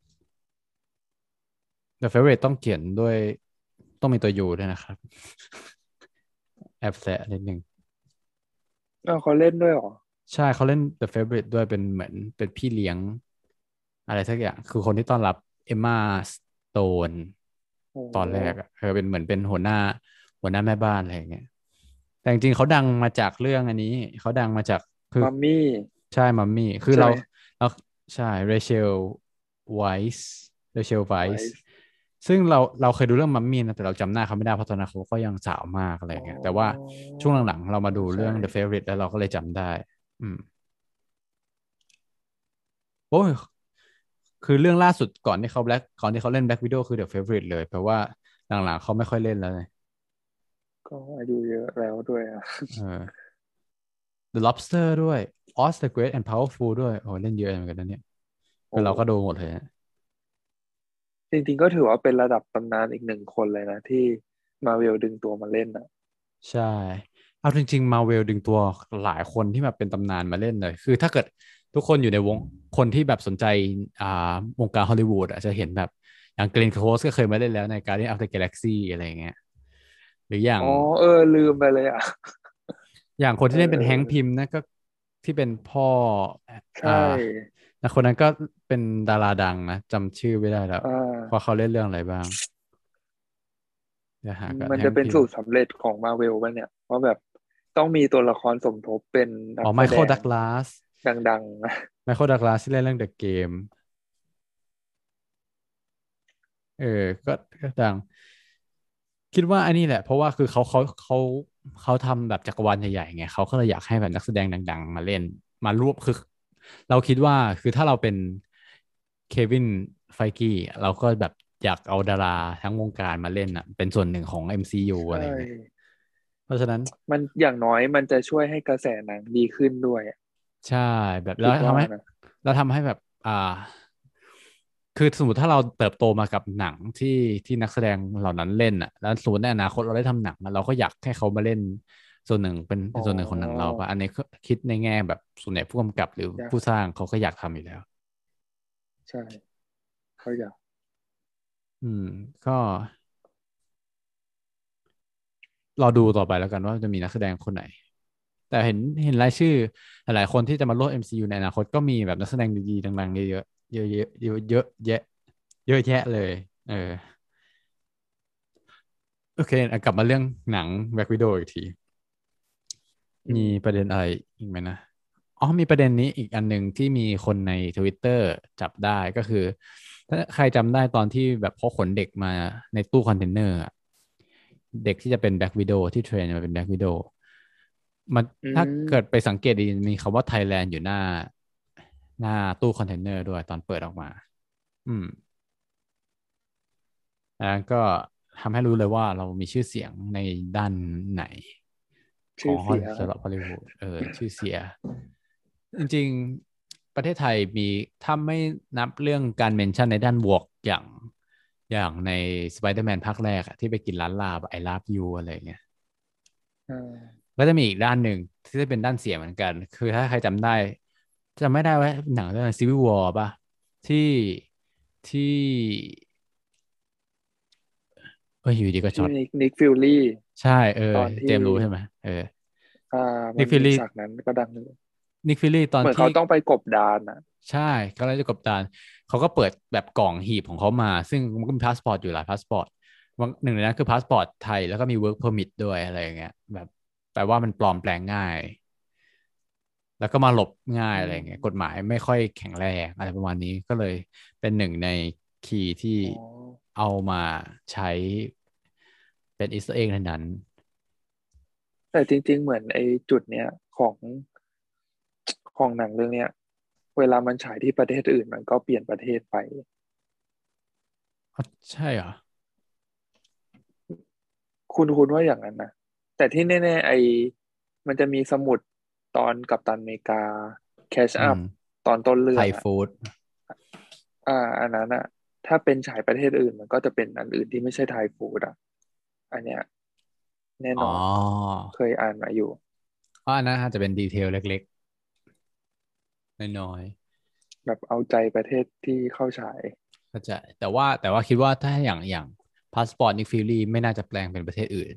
The Favorite ต้องเขียนด้วยต้องมีตัวยูด้วยนะครับแอบแสะนิดนึงเขาเล่นด้วยเหรอใช่เขาเล่น The Favorite ด้วยเป็นเหมือนเป็นพี่เลี้ยงอะไรสักอย่างคือคนที่ต้อนรับเอมมาสโตนโอ้ตอนแรกเป็นเหมือนเป็นหัวหน้าแม่บ้านอะไรอย่างเงี้ยแต่จริงๆเขาดังมาจากเรื่องอันนี้เขาดังมาจากคือมัมมี่ใช่มัมมี่คือใช่ไหมเราใช่เรเชลไวส์เรเชลไวไว้ส์ซึ่งเราเคยดูเรื่องมัมมี่นะแต่เราจำหน้าเขาไม่ได้เพราะตอนนั้นเขาก็ยังสาวมากอะไรออ๋ย่างเงี้ยแต่ว่าอช่วงหลังๆเรามาดูใช่เรื่อง The Favorite แล้วเราก็เลยจำได้อืม โอ้ยคือเรื่องล่าสุดก่อนที่เขาเล่น Black Widow คือ The Favorite เลยแปลว่าหลังๆเขาไม่ค่อยเล่นแล้วเลยก็อายุเยอะแล้วด้วยเออ The Lobster ด้วย Oz the Great and Powerful ด้วยโอ้ยเล่นเยอะเหมือนกันนะเนี่ยคืโอ้อเราก็ดูหมดเลยนะจริงๆก็ถือว่าเป็นระดับตำนานอีกหนึ่งคนเลยนะที่มาเวลดึงตัวมาเล่นใช่เอาจริงๆมาเวลดึงตัวหลายคนที่แบบเป็นตำนานมาเล่นเลยคือถ้าเกิดทุกคนอยู่ในวงคนที่แบบสนใจอ่าวงการฮอลลีวูดอาจจะเห็นแบบอย่างเกรนโคลสก็เคยมาเล่นแล้วใน Guardian of the Galaxy อะไรอย่างเงี้ยหรืออย่างอ๋อลืมไปเลยอย่างคนเที่เล่นเป็นแฮงค์ออพิมพ์นะก็ที่เป็นพ่อใชอ่า่แต่คนนั้นก็เป็นดาราดังนะจำชื่อไม่ได้แล้วอ่ว่าาเขาเล่นเรื่องอะไรบ้างเดี๋ยวหากันมันจะเป็นแฮงค์พิมพ์สูตรสำเร็จของมาเวลป่ะเนี่ยว่าแบบต้องมีตัวละครสมทบเป็นนัอ๋อกแสดงไมเคิลดักลาสดังๆไมเคิลดักลาสที่เล่นเรื่อง The Game เออก็ดังคิดว่าอันนี้แหละเพราะว่าคือเขาทำแบบจักรวาลใหญ่ๆไงเขาก็เลยอยากให้แบบนักแสดงดังๆมาเล่นมาร่วมคือเราคิดว่าคือถ้าเราเป็นเควินไฟกี้เราก็แบบอยากเอาดาราทั้งวงการมาเล่นอ่ะเป็นส่วนหนึ่งของ MCU ใชอะไรเงี้ย่เพราะฉะนั้นมันอย่างน้อยมันจะช่วยให้กระแสหนังดีขึ้นด้วยอะใช่แบบแล้คิดว่าวทำให้นะแล้วทำให้แบบคือสมมติถ้าเราเติบโตมากับหนังที่นักแสดงเหล่านั้นเล่นอ่ะแล้วสมมติในอนาคตเราได้ทำหนังอะเราก็อยากให้เขามาเล่นส่วนหนึ่งเป็อ๋อนส่วนหนึ่งของหนังเราป่ะอันนี้ก็คิดในแง่แบบส่วนใหญ่ผู้กำกับหรืออยากผู้สร้างเขาก็อยากทำอยู่แล้วใช่เขาอยากอืมก็รอดูต่อไปแล้วกันว่าจะมีนักแสดงคนไหนแต่เห็นรายชื่อหลายๆคนที่จะมาร่วม MCU ในอนาคตก็มีแบบนักแสดงดีๆดังๆเยอะๆเยอะๆเยอะเยอะแยะเยอะแยะเลยเออ โอเคกลับมาเรื่องหนัง Black Widow อีกทีมีอืมประเด็นอะไรอีกไหมนะอ๋อมีประเด็นนี้อีกอันหนึ่งที่มีคนใน Twitter จับได้ก็คือถ้าใครจำได้ตอนที่แบบเขาขนเด็กมาในตู้คอนเทนเนอร์อะเด็กที่จะเป็น Black Widow ที่เทรนมาเป็น Black Widow มันอืถ้าเกิดมไปสังเกตดีมีคำว่า Thailand อยู่หน้าตู้คอนเทนเนอร์ด้วยตอนเปิดออกมาอืมแล้วก็ทำให้รู้เลยว่าเรามีชื่อเสียงในด้านไหน ของฮอลชื่อเสียสำหรับฮอลลีวูดชื่อเสียจริงๆประเทศไทยมีถ้าไม่นับเรื่องการเมนชั่นในด้านบวกอย่างในสไปเดอร์แมนภาคแรกอะที่ไปกินร้านลาบไอลาฟยูอะไรเงี้ยอ่าก็จะมีอีกด้านหนึ่งที่จะเป็นด้านเสียเหมือนกันคือถ้าใครจำได้จำไม่ได้ว่าหนังเรื่องซีวิววอร์ป่ะที่ที่อยู่ดีก็ช็ที่อตนิกฟิลลี่ใช่ตอนที่เจมส์รู้ใช่ไหมอ่ามันนิกฟิลลี่มีฉากนั้นก็ดังเลยนิกฟิลลี่ตอนที่เหมือนเขาต้องไปกบดานอ่ะใช่ก็เลยจะกบดานเขาก็เปิดแบบกล่องหีบของเขามาซึ่งมันก็มีพาสปอร์ตอยู่หลายพาสปอร์ตหนึ่งในนั้นคือพาสปอร์ตไทยแล้วก็มีเวิร์กเพอร์มิทด้วยอะไรอย่างเงี้ยแบบแปลว่ามันปลอมแปลงง่ายแล้วก็มาหลบง่ายอือะไรอย่างเงี้ยกฎหมมายไม่ค่อยแข็งแรงอะไรประมาณนี้ก็เลยเป็นหนึ่งในคีย์ที่อ๋อเอามาใช้เป็นอีสเตอร์เอ็กในนั้นแต่จริงๆเหมือนไอ้จุดเนี้ยของหนังเรื่องเนี้ยเวลามันฉายที่ประเทศอื่นมันก็เปลี่ยนประเทศไปอ๋อใช่เหรอคุณว่าอย่างนั้นนะแต่ที่แน่ๆมันจะมีสมุดตอนกัปตันอเมริกาแคชอัพอืมตอนต้นไทเรื่องอ่ะยฟู้ดอ่าอันนั้นอ่ะถ้าเป็นฉายประเทศอื่นมันก็จะเป็นอันอื่นที่ไม่ใช่ไทยฟู้ดอ่ะอันเนี้ยแน่อ๋อนอนเคยอ่านมาอยู่เพราะอันนั้นอาจจะเป็นดีเทลเล็กๆน้อยแบบเอาใจประเทศที่เข้าฉายเข้าใจแต่ว่าคิดว่าถ้าอย่างพาสปอร์ตนิกฟิลลี่ไม่น่าจะแปลงเป็นประเทศอื่น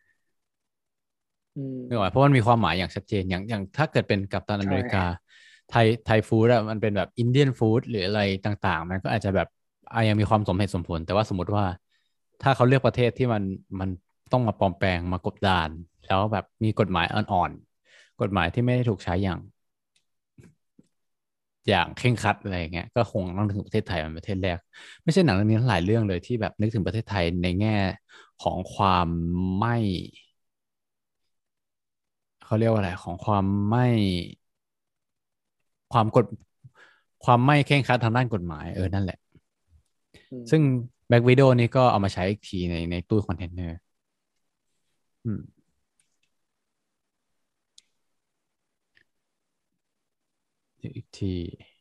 อืนึกออกไหมเพราะมันมมีความหมายอย่างชัดเจนอย่างถ้าเกิดเป็นกัปตันอใช่เมริกาไทยฟู้ดอะมันเป็นแบบอินเดียนฟู้ดหรืออะไรต่างๆมันก็อาจจะแบบยังมีความสมเหตุสมผลแต่ว่าสมมติว่าถ้าเขาเลือกประเทศที่มันต้องมาปลอมแปลงมากบดานแล้วแบบมีกฎหมายอ่อนๆกฎหมายที่ไม่ได้ถูกใช้อย่างเคร่งครัดอะไรอย่างเงี้ยก็คงต้องนึกถึงประเทศไทยเป็นประเทศแรกไม่ใช่หนังเรื่องนี้หลายเรื่องเลยที่แบบนึกถึงประเทศไทยในแง่ของความไม่เขาเรียกว่าอะไรของความไม่ความกฎความไม่เคร่งครัดทางด้านกฎหมายนั่นแหละอืซึ่งมแบ็กวิด o w นี่ก็เอามาใช้อีกทีในตู้คอนเทนเนอร์อืมอีกที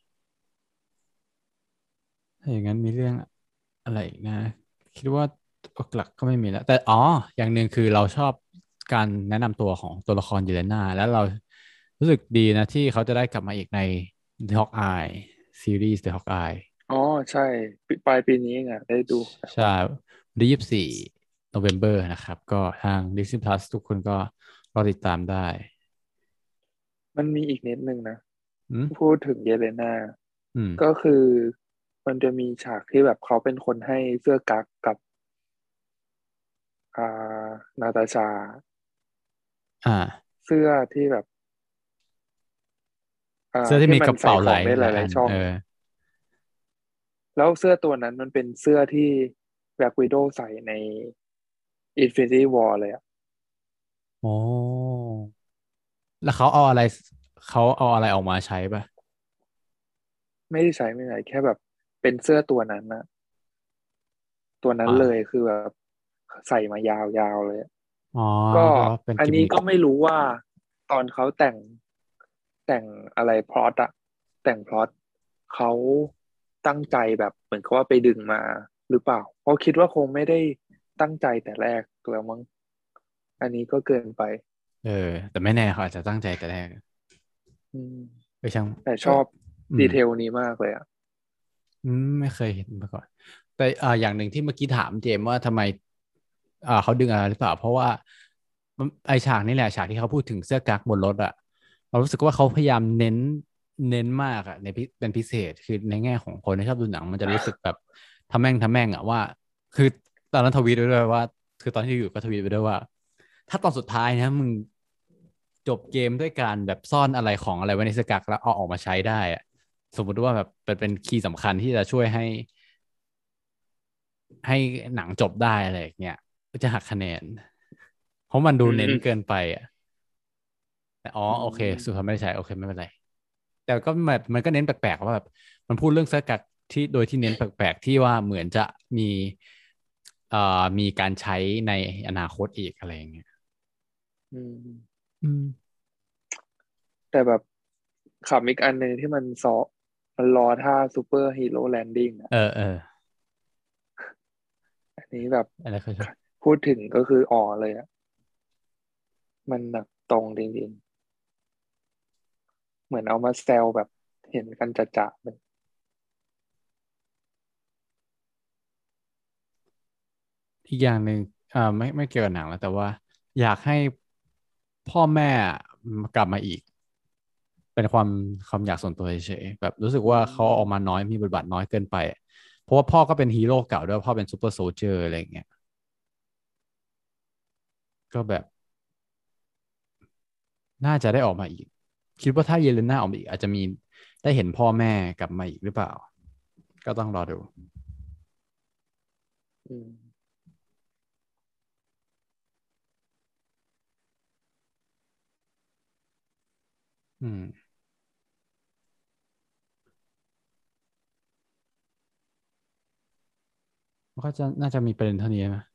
ถ้าอย่างนั้นมีเรื่องอะไรอีกนะคิดว่าหลักๆก็ไม่มีแล้วแต่อย่างหนึ่งคือเราชอบการแนะนำตัวของตัวละครเยเลน่าแล้วเรารู้สึกดีนะที่เขาจะได้กลับมาอีกใน The Hawkeye ซีรีส์ The Hawkeye อ๋อใช่ปลายปีนี้ไงได้ดูใช่วันที่24 โนเวมเบอร์นะครับก็ทาง Disney Plus ทุกคนก็รอติดตามได้มันมีอีกนิดนึงนะอืมพูดถึงเยเลนาอืมก็คือมันจะมีฉากที่แบบเขาเป็นคนให้เสื้อกั๊กกับอ่นาตาชาอ่าเสื้อที่แบบเสื้อที่มีที่มันใส่กระเป๋าของได้หหลายอัลายๆช่องนแล้วเสื้อตัวนั้นมันเป็นเสื้อที่แบล็ k ว i โด w ใส่ใน Infinity War เลยอะโอ้แล้วเขาเอาอะไรออกมาใช้ป่ะไม่ได้ใช้ไม่ไหนแค่แบบเป็นเสื้อตัวนั้นนะตัวนั้นเลยอ่าคือแบบใส่มายาวๆเลยอ๋อก็แปลว่าเป็นอันกิมมิคนี้ก็ไม่รู้ว่าตอนเขาแต่งอะไรพล็อตอะแต่งพล็อตเขาตั้งใจแบบเหมือนเขาว่าไปดึงมาหรือเปล่าเพราะคิดว่าคงไม่ได้ตั้งใจแต่แรกแล้วมั้งอันนี้ก็เกินไปเออแต่ไม่แน่เขาอาจจะตั้งใจแต่แรกอืมไปช่างแต่ชก็อบอืมดีเทลนี้มากเลยอะไม่เคยเห็นมาก่อนแต่อย่างหนึ่งที่เมื่อกี้ถามเจมส์ว่าทำไมเขาดึงอะไรหรือเปล่าเพราะว่าไอฉากนี่แหละฉากที่เขาพูดถึงเสื้อกั๊กบนรถอะเรารู้สึกว่าเขาพยายามเน้นมากอะเป็นพิเศษคือในแง่ของคนที่ชอบดูหนังมันจะรู้สึกแบบทำแม่งอะว่าคือตอนนั้นทวีตไว้ด้วยว่าคือตอนที่อยู่ก็ทวีตไว้ด้วยว่าถ้าตอนสุดท้ายนะมึงจบเกมด้วยการแบบซ่อนอะไรของอะไรไว้ในเสื้อกั๊กแล้วเอาออกมาใช้ได้อะ สมมุติว่าแบบเป็นคีย์สำคัญที่จะช่วยให้หนังจบได้อะไรอย่างเงี้ยก็จะหักคะแนนเพราะมันดูอืเน้นเกินมไปอ่ะแต่อ๋ออืโอเคสุดท้ายมไม่ได้ใช้โอเคไม่เป็นไรแต่ก็แบบมันก็เน้นแปลกๆว่าแบบมันพูดเรื่องเสื้อกั๊กที่โดยที่เน้นแปลกๆที่ว่าเหมือนจะมีมีการใช้ในอนาคตอีกอะไรอย่างเงี้ยอืมอืมแต่แบบขับอีกอันหนึ่งที่มันรอท่าซูเปอร์ฮีโร่แลนดิ้งอะเอออันนี้แบบอะไรคือชอบพูดถึงก็คืออ๋อเลยอะมันแบบตรงจริงๆเหมือนเอามาแซวแบบเห็นกันจะๆเลยอีกอย่างหนึ่งไม่เกี่ยวกับหนังแล้วแต่ว่าอยากให้พ่อแม่กลับมาอีก เป็นความอยากส่วนตัวเฉยๆแบบรู้สึกอืว่าเขาออกมามน้อยมีบทบาทน้อยเกินไปเพราะว่าพ่อก็เป็นฮีโร่เก่าด้วยพ่อเป็นซูเปอร์โซลเจอร์อะไรอย่างเงี้ยก็แบบน่าจะได้ออกมาอีกคิดว่าถ้าเยเลน่าออกมาอีกอาจจะมีได้เห็นพ่อแม่กลับมาอีกหรือเปล่าก็ต้องรอดูอืมอืมก็จะน่าจะมีประเด็นเท่านี้นะ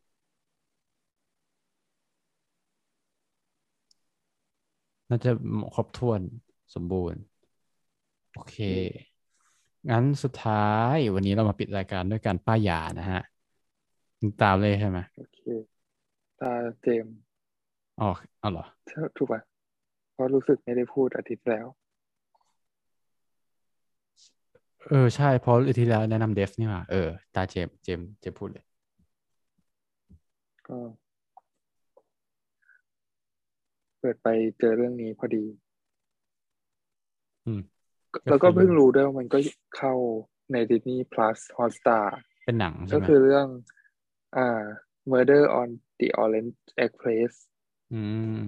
น่าจะครบถ้วนสมบูรณ์โอเคอืมงั้นสุดท้ายวันนี้เรามาปิดรายการด้วยการป้ายยานะฮะตามเลยใช่ไหมโอเคตาเจมส์อ๋อเอาเหรอถูกป่ะเพราะรู้สึกไม่ได้พูดอาทิตย์แล้วใช่เพราะอาที่แล้วแนะนำเดฟนี่มาตาเจมพูดเลยก็เปิดไปเจอเรื่องนี้พอดีอืมก็แล้วก็คือเรื่องเพิ่งรู้ด้วยว่ามันก็เข้าใน Disney Plus Hotstar เป็นหนังใช่ก็ไหมคือเรื่องอ่า Murder on the Orient Express อืม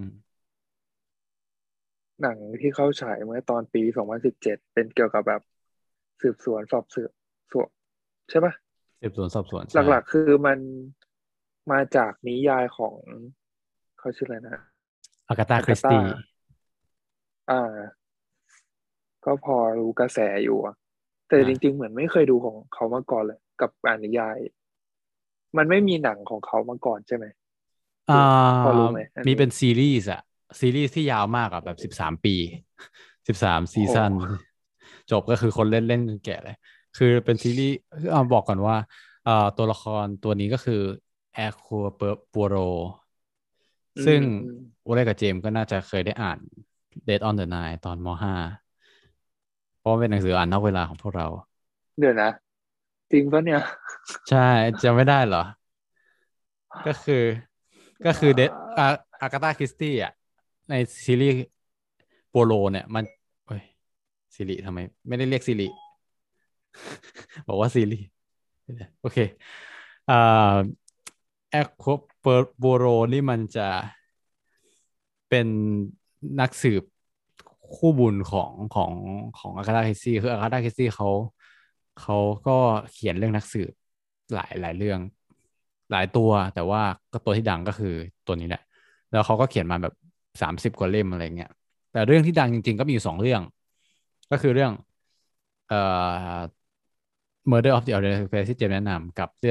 หนังที่เข้าฉายเมื่อตอนปี2017เป็นเกี่ยวกับแบบสืบสวนสอบสวนใช่ปะสืบสวนสอบสวนหใช่ลักๆคือมันมาจากนิยายของเขาชื่ออะไรนะอากาตาอากาตาคริสตี้อ่าก็พอรู้กระแสอยู่อะแต่จริงๆอ่าเหมือนไม่เคยดูของเขามาก่อนเลยกับอ่านนิยายมันไม่มีหนังของเขามาก่อนใช่ไหมอ่เจมส์พอารู้ไหมอันนี้มีเป็นซีรีส์อะซีรีส์ที่ยาวมากอะแบบ13 ปี13 ซีซั่นโหจบก็คือคนเล่นเล่นจนแก่เลยคือเป็นซีรีส์บอกก่อนว่าตัวละครตัวนี้ก็คือแอร์คัวปัวโรอืซึ่งมอืมโอเล่กับเจมส์ก็น่าจะเคยได้อ่าน Dead on the Nile ตอนม .5 เพราะว่าเป็นหนังสืออ่านนอกเวลาของพวกเราเดี๋ยวนะจริงปะเนี่ยใช่จำไม่ได้เหรอก็คือก็คือเดอาอากาตาคริสตี้อ่ะในซีรีส์โปโลเนี่ยมันเอ้ยซีรีส์ทำไมไม่ได้เรียกซีรีส์บอกว่าซีรีส์โอเคอ่าแอคโคเปโบโรนี่มันจะเป็นนักสืบคู่บุญของอากาธาคริสตี้คืออากาธาคริสตี้เขาก็เขียนเรื่องนักสืบหลายเรื่องหลายตัวแต่ว่าก็ตัวที่ดังก็คือตัวนี้แหละแล้วเขาก็เขียนมาแบบ30 กว่าเล่มอะไรเงี้ยแต่เรื่องที่ดังจริงๆก็มีอยู่2 เรื่องก็คือเรื่องเอ่อ Murder of the Orient Express ที่เจมส์แนะนำกับเรื่อง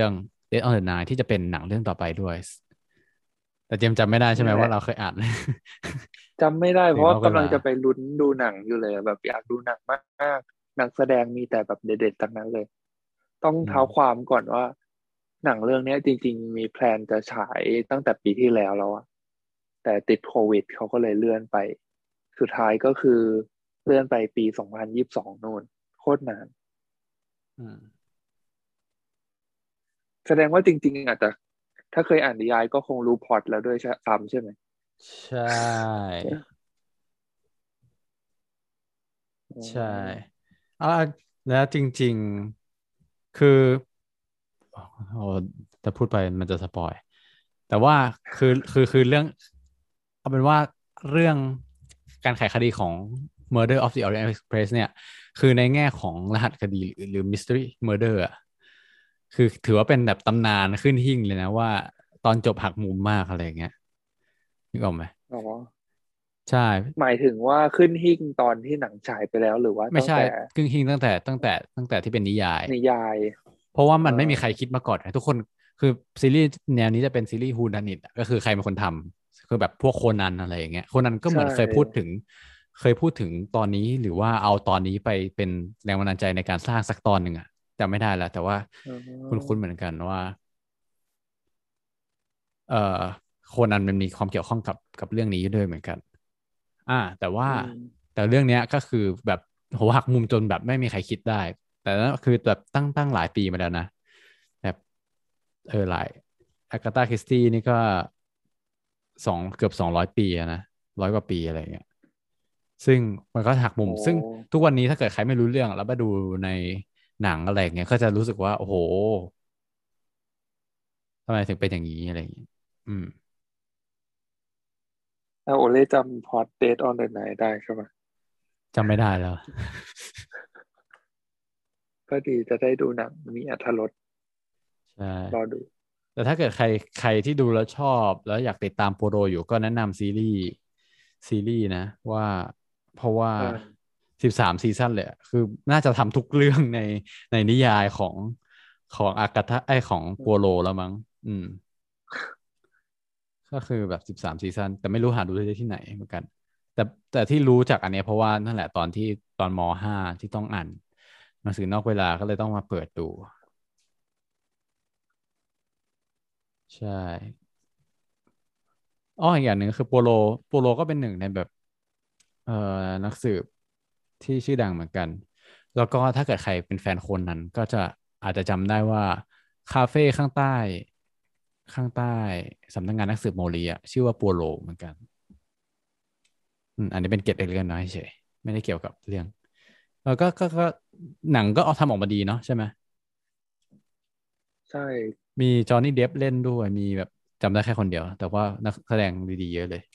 Dead on the Nile ที่จะเป็นหนังเรื่องต่อไปด้วย แต่เจมส์จำไม่ได้ใช่ไหมนี่แหละว่าเราเคยอ่านจำไม่ได้ถึเพราะว่ากำลังนอกเวลางจะไปลุ้นดูหนังอยู่เลยแบบอยากดูหนังมากนักแสดงมีแต่แบบเด็ดๆทั้งนั้นเลยต้องอืมเท้าความก่อนว่าหนังเรื่องเนี้ยจริงๆมีแพลนจะฉายตั้งแต่ปีที่แล้วอะแต่ติดโควิดเขาก็เลยเลื่อนไปสุดท้ายก็คือเลื่อนไปปี2022นู่นโคตรนานอืมแสดงว่าจริงๆอาจจะถ้าเคยอ่านนิยายก็คงรู้พล็อตแล้วด้วยใช่ซ้ำใช่ไหมใช่อืใช่มอ่าแล้วจริงๆคือโอ้จะพูดไปมันจะสปอยแต่ว่าคือเรื่องเอาเป็นว่าเรื่องการไขคดีของ Murder of the Orient Express เนี่ยคือในแง่ของรหัสคดีหรือ Mystery Murder อ่ะคือถือว่าเป็นแบบตำนานขึ้นหิ้งเลยนะว่าตอนจบหักมุมมากอะไรอย่างเงี้ยนึกออกไหมอ๋อใช่หมายถึงว่าขึ้นหิ้งตอนที่หนังฉายไปแล้วหรือว่าไม่ใช่ตั้งแต่ครึ่งหิ้งตั้งแต่ที่เป็นนิยายนิยายเพราะว่าเอ่มันไม่มีอใครคิดมาก่อนนะทุกคนคือซีรีส์แนวนี้จะเป็นซีรีส์ฮูดานิตก็คือใครเป็นคนทำคือแบบพวกโคนันอะไรอย่างเงี้ยโคนันก็เหใช่มือนเคยพูดถึงตอนนี้หรือว่าเอาตอนนี้ไปเป็นแรงบันดาลใจในการสร้างสักตอนหนึ่งอะจำไม่ได้แล้วแต่ว่าอ๋คุ้นๆอเหมือนกันว่าเอ่อโคนันมันมีความเกี่ยวข้องกับเรื่องนี้ด้วยเหมือนกันแต่ว่าอืมแต่เรื่องเนี้ยก็คือแบบโหหักมุมจนแบบไม่มีใครคิดได้แต่นั่นคือแบบตั้งหลายปีมาแล้วนะแบบหลายอากาธาคริสตี้นี่ก็เกือบ200 ปีอะนะ100 กว่าปีอะไรเงี้ยซึ่งมันก็หักมุมโอ้ซึ่งทุกวันนี้ถ้าเกิดใครไม่รู้เรื่องแล้วไปดูในหนังอะไรเงี้ยก็จะรู้สึกว่าโอ้โหทำไมถึงเป็นอย่างนี้อะไรอย่างงี้อืมแล้วโอเล่จำพอดเดทออนเดอะไนท์ได้ใช่ไหมจำไม่ได้แล้วก็ดีจะได้ดูหนังมีอรรถรสใช่รอดูแต่ถ้าเกิดใครที่ดูแล้วชอบแล้วอยากติดตามโปโรอยู่ก็แนะนำซีรีส์นะว่าเพราะว่าเออ 13 ซีซั่นเลยอะคือน่าจะทำทุกเรื่องในนิยายของอากาธาของโปโลแล้วมั้งอืมก็คือแบบ13 ซีซั่นแต่ไม่รู้หาดูได้ที่ไหนเหมือนกันแต่แต่ที่รู้จากอันเนี้ยเพราะว่านั่นแหละตอนม.5ที่ต้องอ่านหนังสือนอกเวลาก็เลยต้องมาเปิดดูใช่อีกอย่างหนึ่งคือโปโลก็เป็นหนึ่งในแบบ เอ่อนักสืบที่ชื่อดังเหมือนกัน แล้วก็ถ้าเกิดใครเป็นแฟนโคนนั้นก็จะอาจจะจำได้ว่าคาเฟ่ข้างใต้สำนักงานนักสืบโมลีอ่ะชื่อว่าปัวโลเหมือนกันอันนี้เป็นเกร็ดเล็กๆน้อยๆเฉยไม่ได้เกี่ยวกับเรื่องแล้วก็หนังก็เอาทำออกมาดีเนาะใช่ไหมใช่มีจอห์นนี่เดปเล่นด้วยมีแบบจำได้แค่คนเดียวแต่ว่านักแสดงดีๆเยอะเลย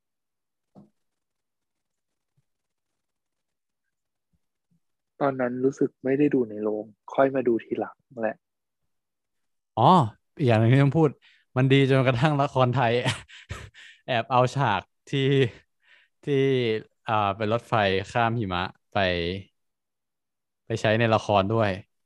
ตอนนั้นรู้สึกไม่ได้ดูในโรงค่อยมาดูทีหลังแหละอ๋ออีกอย่างหนึงที่ต้องพูดมันดีจนกระทั่งละครไทยแอบเอาฉากที่เป็นรถไฟข้ามหิมะไปใช้ในละครด้วย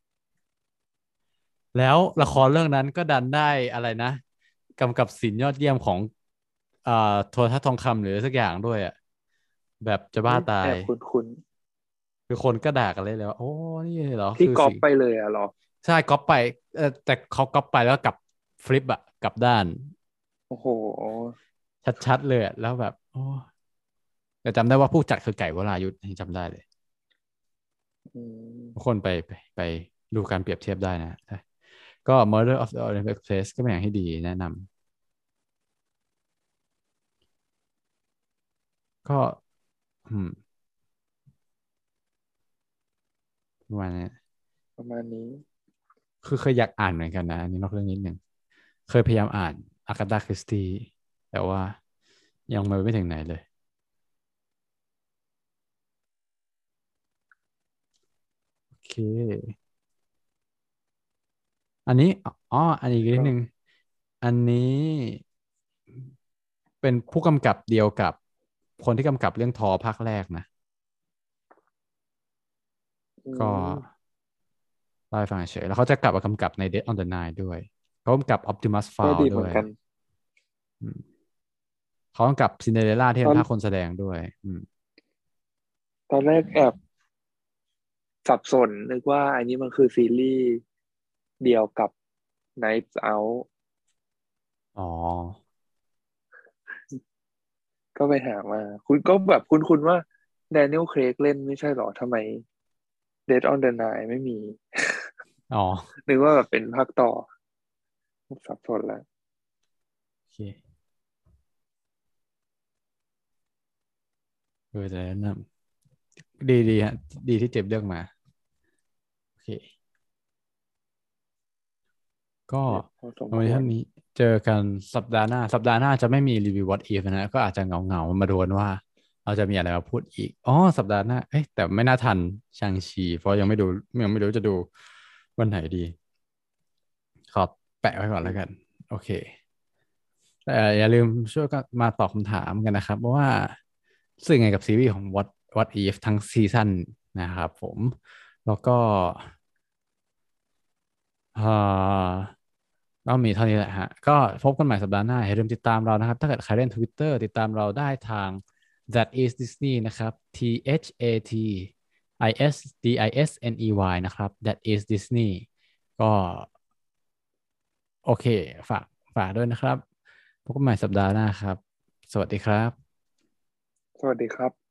แล้วละครเรื่องนั้นก็ดันได้อะไรนะกำกับศิลป์ยอดเยี่ยมของอ่าโทรทัศน์ทองคำหรือสักอย่างด้วยอ่ะแบบจะบ้าเอ๊ะตายแอบคุ้นคือคนก็ด่ากันเลยว่าโอ้นี่เหรอๆที่คือสิ่งก๊อปไปเลยอะเหรอใช่ก๊อปไปแต่เขาก๊อปไปแล้วกลับฟลิปอะกลับด้านโอ้โหชัดๆเลยอะแล้วแบบโอ้แต่จำได้ว่าผู้จัดคือไก่วรายุทธ์จำได้เลยอืทุกมคนไปดูการเปรียบเทียบได้นะก็ Murder of the Orient Express ก็เป็นอย่างที่ดีแนะนำก็อืมประมาณนี้ประมาณนี้คือเคยอยากอ่านเหมือนกันนะอันนี้นอกเรื่องนิดหนึ่งเคยพยายามอ่านอากาธาคริสตี้แต่ว่ายังไม่ถึงไหนเลยโอเคอันนี้อันนี้อีกนิดก็นึงอันนี้เป็นผู้กำกับเดียวกับคนที่กำกับเรื่องทอภาคแรกนะอืก็มเล่าให้ฟังเฉยแล้วเขาจะกลับมากำกับใน Dead on the Nile ด้วยเขากำกับ Optimus ก็ Fowl ด้วยดีเหมือนกันอืมเขากำกับซินเดอเรลล่าที่ตอนเป็นภาคคนแสดงด้วยตอนแรกแอบสับสนนึกว่าอันนี้มันคือซีรีส์เดียวกับ Knives Out อ๋อก็ไปหามาคุณก็แบบคุณว่า Daniel Craig เล่นไม่ใช่หรอทำไม Dead on the Nile ไม่มีอ๋อนึกว่าแบบเป็นภาคต่อสับสนแล้วโอเคจะแนะนำดีดีฮะดีที่เจ็บเลือกมาโอเคก็เจ็บพอสมควรวันนี้เท่านี้เจอกันสัปดาห์หน้าจะไม่มีรีวิว What If นะก็อาจจะเหงามาดูกันว่าเราจะมีอะไรมาพูดอีกอ๋อสัปดาห์หน้าเอ๊ะแต่ไม่น่าทันชางชีเพราะยังไม่รู้จะดูวันไหนดีขอแปะไว้ก่อนแล้วกันโอเค แต่อย่าลืมช่วยกันมาตอบคำถามกันนะครับว่ารู้สึกไงกับซีรีส์ของ What If ทั้งซีซั่นนะครับผมแล้วก็เอ่อก็มีเท่านี้แหละฮะก็พบกันใหม่สัปดาห์หน้าอย่าลืมติดตามเรานะครับถ้าเกิดใครเล่น Twitter ติดตามเราได้ทาง That is Disney นะครับ THATISDISNEY นะครับ That is Disney ก็โอเคฝากฝากด้วยนะครับพบกันใหม่สัปดาห์หน้าครับสวัสดีครับสวัสดีครับ